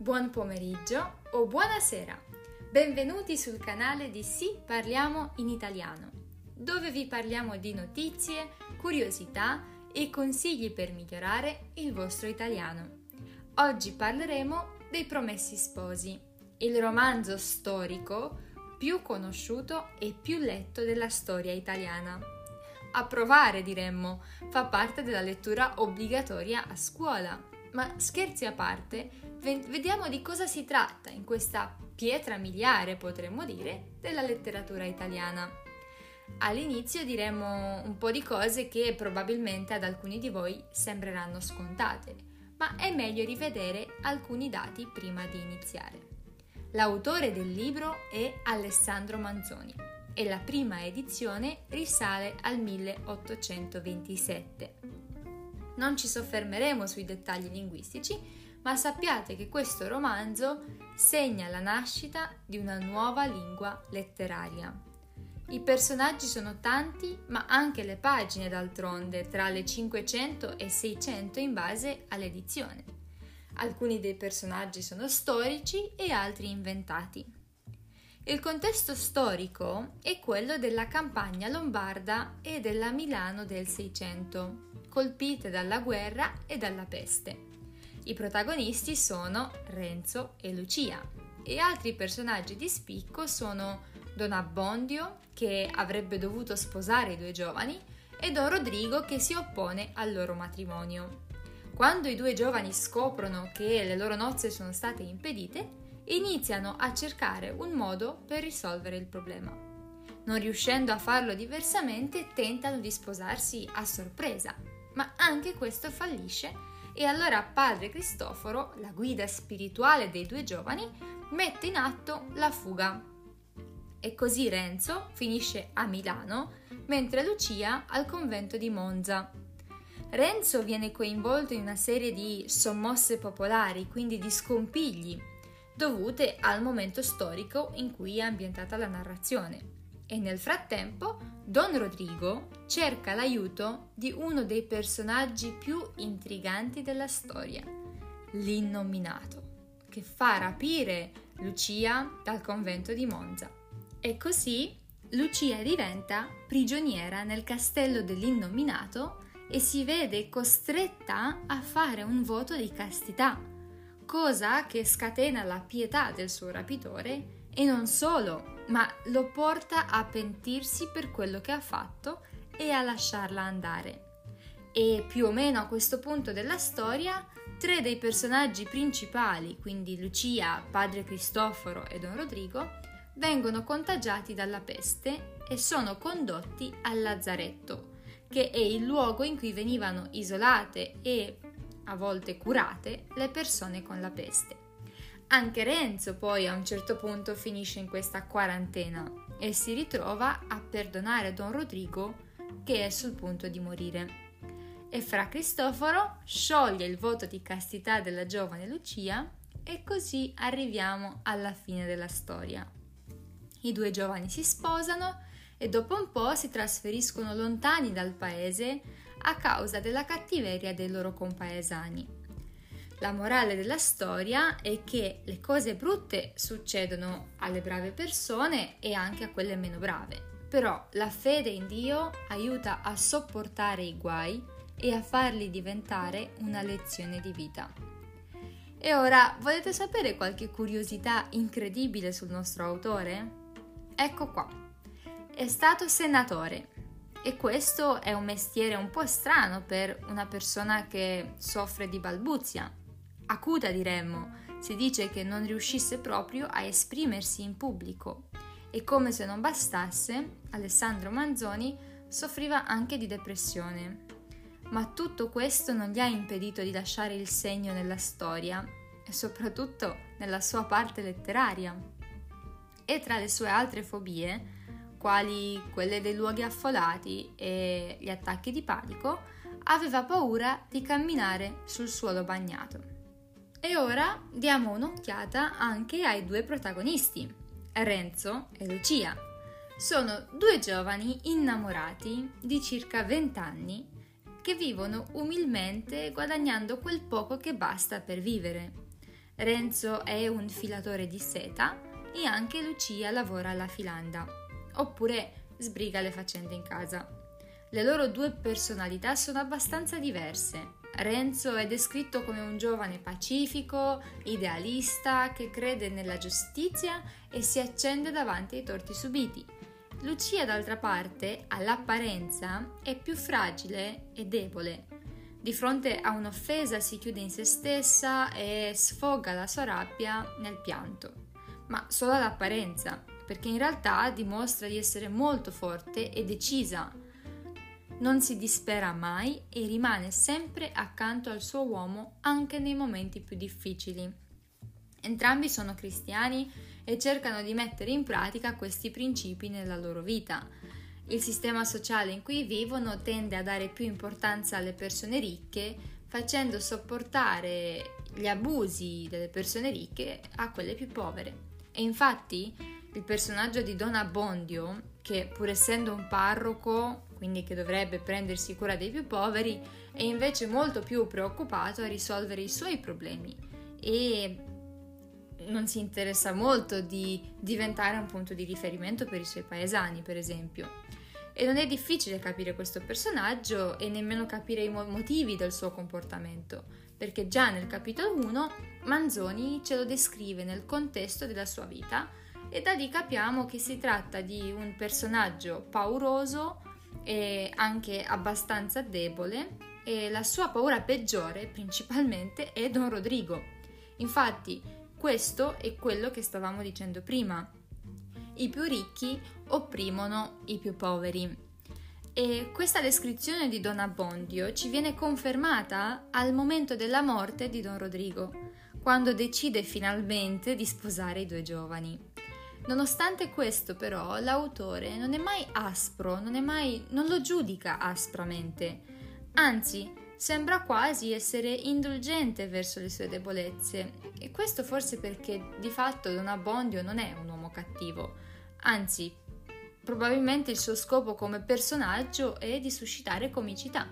buon pomeriggio o buonasera. Benvenuti sul canale di Sì, parliamo in italiano, dove vi parliamo di notizie, curiosità e consigli per migliorare il vostro italiano. Oggi parleremo dei Promessi Sposi, il romanzo storico più conosciuto e più letto della storia italiana. A provare, diremmo, fa parte della lettura obbligatoria a scuola. Ma scherzi a parte, vediamo di cosa si tratta in questa pietra miliare, potremmo dire, della letteratura italiana. All'inizio diremo un po' di cose che probabilmente ad alcuni di voi sembreranno scontate, ma è meglio rivedere alcuni dati prima di iniziare. L'autore del libro è Alessandro Manzoni e la prima edizione risale al 1827. Non ci soffermeremo sui dettagli linguistici, ma sappiate che questo romanzo segna la nascita di una nuova lingua letteraria. I personaggi sono tanti, ma anche le pagine d'altronde, tra le 500 e 600 in base all'edizione. Alcuni dei personaggi sono storici e altri inventati. Il contesto storico è quello della campagna lombarda e della Milano del Seicento, colpite dalla guerra e dalla peste. I protagonisti sono Renzo e Lucia e altri personaggi di spicco sono Don Abbondio, che avrebbe dovuto sposare i due giovani, e Don Rodrigo, che si oppone al loro matrimonio. Quando i due giovani scoprono che le loro nozze sono state impedite, iniziano a cercare un modo per risolvere il problema. Non riuscendo a farlo diversamente, tentano di sposarsi a sorpresa, ma anche questo fallisce e allora padre Cristoforo, la guida spirituale dei due giovani, mette in atto la fuga. E così Renzo finisce a Milano, mentre Lucia al convento di Monza. Renzo viene coinvolto in una serie di sommosse popolari, quindi di scompigli, dovute al momento storico in cui è ambientata la narrazione. E nel frattempo Don Rodrigo cerca l'aiuto di uno dei personaggi più intriganti della storia, l'Innominato, che fa rapire Lucia dal convento di Monza. E così Lucia diventa prigioniera nel castello dell'Innominato e si vede costretta a fare un voto di castità, cosa che scatena la pietà del suo rapitore e non solo, ma lo porta a pentirsi per quello che ha fatto e a lasciarla andare. E più o meno a questo punto della storia, tre dei personaggi principali, quindi Lucia, padre Cristoforo e Don Rodrigo, vengono contagiati dalla peste e sono condotti al lazzaretto, che è il luogo in cui venivano isolate e a volte curate le persone con la peste. Anche Renzo poi a un certo punto finisce in questa quarantena e si ritrova a perdonare Don Rodrigo, che è sul punto di morire. E Fra Cristoforo scioglie il voto di castità della giovane Lucia e così arriviamo alla fine della storia. I due giovani si sposano e dopo un po' si trasferiscono lontani dal paese a causa della cattiveria dei loro compaesani. La morale della storia è che le cose brutte succedono alle brave persone e anche a quelle meno brave, però la fede in Dio aiuta a sopportare i guai e a farli diventare una lezione di vita. E ora, volete sapere qualche curiosità incredibile sul nostro autore? Ecco qua. È stato senatore e questo è un mestiere un po' strano per una persona che soffre di balbuzia. Acuta, diremmo, si dice che non riuscisse proprio a esprimersi in pubblico e come se non bastasse, Alessandro Manzoni soffriva anche di depressione. Ma tutto questo non gli ha impedito di lasciare il segno nella storia e soprattutto nella sua parte letteraria. E tra le sue altre fobie, quali quelle dei luoghi affollati e gli attacchi di panico, aveva paura di camminare sul suolo bagnato. E ora diamo un'occhiata anche ai due protagonisti, Renzo e Lucia. Sono due giovani innamorati di circa 20 anni che vivono umilmente guadagnando quel poco che basta per vivere. Renzo è un filatore di seta e anche Lucia lavora alla filanda, oppure sbriga le faccende in casa. Le loro due personalità sono abbastanza diverse. Renzo è descritto come un giovane pacifico, idealista, che crede nella giustizia e si accende davanti ai torti subiti. Lucia, d'altra parte, all'apparenza, è più fragile e debole. Di fronte a un'offesa si chiude in se stessa e sfoga la sua rabbia nel pianto. Ma solo all'apparenza, perché in realtà dimostra di essere molto forte e decisa. Non si dispera mai e rimane sempre accanto al suo uomo anche nei momenti più difficili. Entrambi sono cristiani e cercano di mettere in pratica questi principi nella loro vita. Il sistema sociale in cui vivono tende a dare più importanza alle persone ricche, facendo sopportare gli abusi delle persone ricche a quelle più povere. E infatti il personaggio di Don Abbondio, che pur essendo un parroco, quindi che dovrebbe prendersi cura dei più poveri, è invece molto più preoccupato a risolvere i suoi problemi e non si interessa molto di diventare un punto di riferimento per i suoi paesani, per esempio. E non è difficile capire questo personaggio e nemmeno capire i motivi del suo comportamento, perché già nel capitolo 1 Manzoni ce lo descrive nel contesto della sua vita e da lì capiamo che si tratta di un personaggio pauroso e anche abbastanza debole, e la sua paura peggiore principalmente è Don Rodrigo. Infatti questo è quello che stavamo dicendo prima: i più ricchi opprimono i più poveri. E questa descrizione di Don Abbondio ci viene confermata al momento della morte di Don Rodrigo, quando decide finalmente di sposare i due giovani. Nonostante questo, però, l'autore non è mai aspro, non lo giudica aspramente, anzi, sembra quasi essere indulgente verso le sue debolezze, e questo forse perché di fatto Don Abbondio non è un uomo cattivo, anzi, probabilmente il suo scopo come personaggio è di suscitare comicità.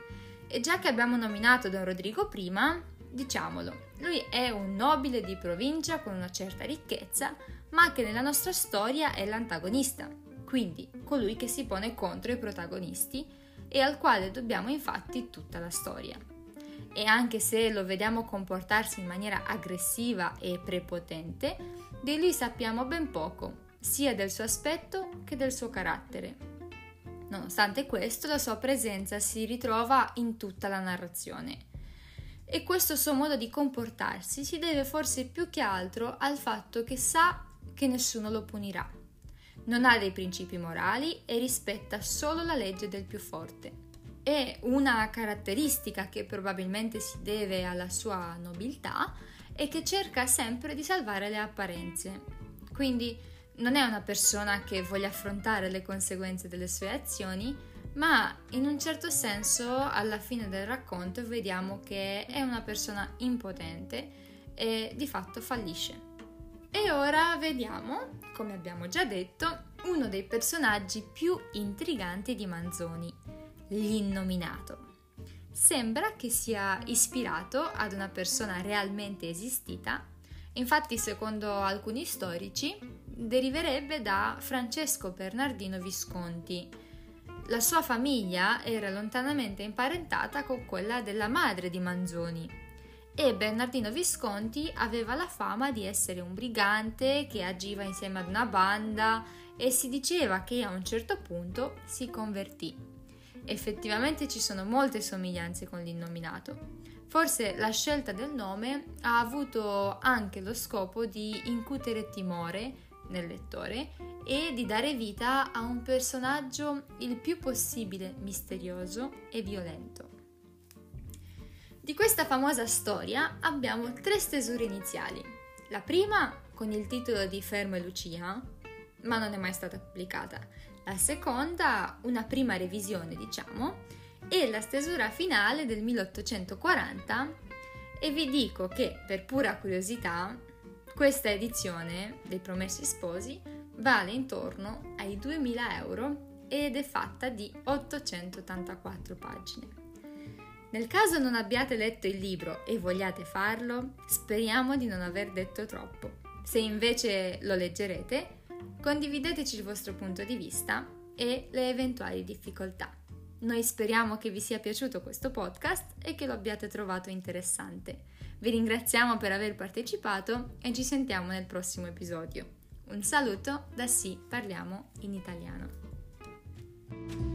E già che abbiamo nominato Don Rodrigo prima, diciamolo, lui è un nobile di provincia con una certa ricchezza, ma che nella nostra storia è l'antagonista, quindi colui che si pone contro i protagonisti e al quale dobbiamo infatti tutta la storia. E anche se lo vediamo comportarsi in maniera aggressiva e prepotente, di lui sappiamo ben poco, sia del suo aspetto che del suo carattere. Nonostante questo, la sua presenza si ritrova in tutta la narrazione. E questo suo modo di comportarsi si deve forse più che altro al fatto che sa che nessuno lo punirà. Non ha dei principi morali e rispetta solo la legge del più forte. E una caratteristica che probabilmente si deve alla sua nobiltà è che cerca sempre di salvare le apparenze. Quindi non è una persona che voglia affrontare le conseguenze delle sue azioni, ma in un certo senso alla fine del racconto vediamo che è una persona impotente e di fatto fallisce. E ora vediamo, come abbiamo già detto, uno dei personaggi più intriganti di Manzoni, l'Innominato. Sembra che sia ispirato ad una persona realmente esistita, infatti secondo alcuni storici deriverebbe da Francesco Bernardino Visconti. La sua famiglia era lontanamente imparentata con quella della madre di Manzoni e Bernardino Visconti aveva la fama di essere un brigante che agiva insieme ad una banda e si diceva che a un certo punto si convertì. Effettivamente ci sono molte somiglianze con l'Innominato. Forse la scelta del nome ha avuto anche lo scopo di incutere timore nel lettore e di dare vita a un personaggio il più possibile misterioso e violento. Di questa famosa storia abbiamo 3 stesure iniziali. La prima con il titolo di Fermo e Lucia, ma non è mai stata pubblicata. La seconda, una prima revisione, diciamo, e la stesura finale del 1840, e vi dico che, per pura curiosità, questa edizione dei Promessi Sposi vale intorno ai 2.000 euro ed è fatta di 884 pagine. Nel caso non abbiate letto il libro e vogliate farlo, speriamo di non aver detto troppo. Se invece lo leggerete, condivideteci il vostro punto di vista e le eventuali difficoltà. Noi speriamo che vi sia piaciuto questo podcast e che lo abbiate trovato interessante. Vi ringraziamo per aver partecipato e ci sentiamo nel prossimo episodio. Un saluto da Sì, parliamo in italiano.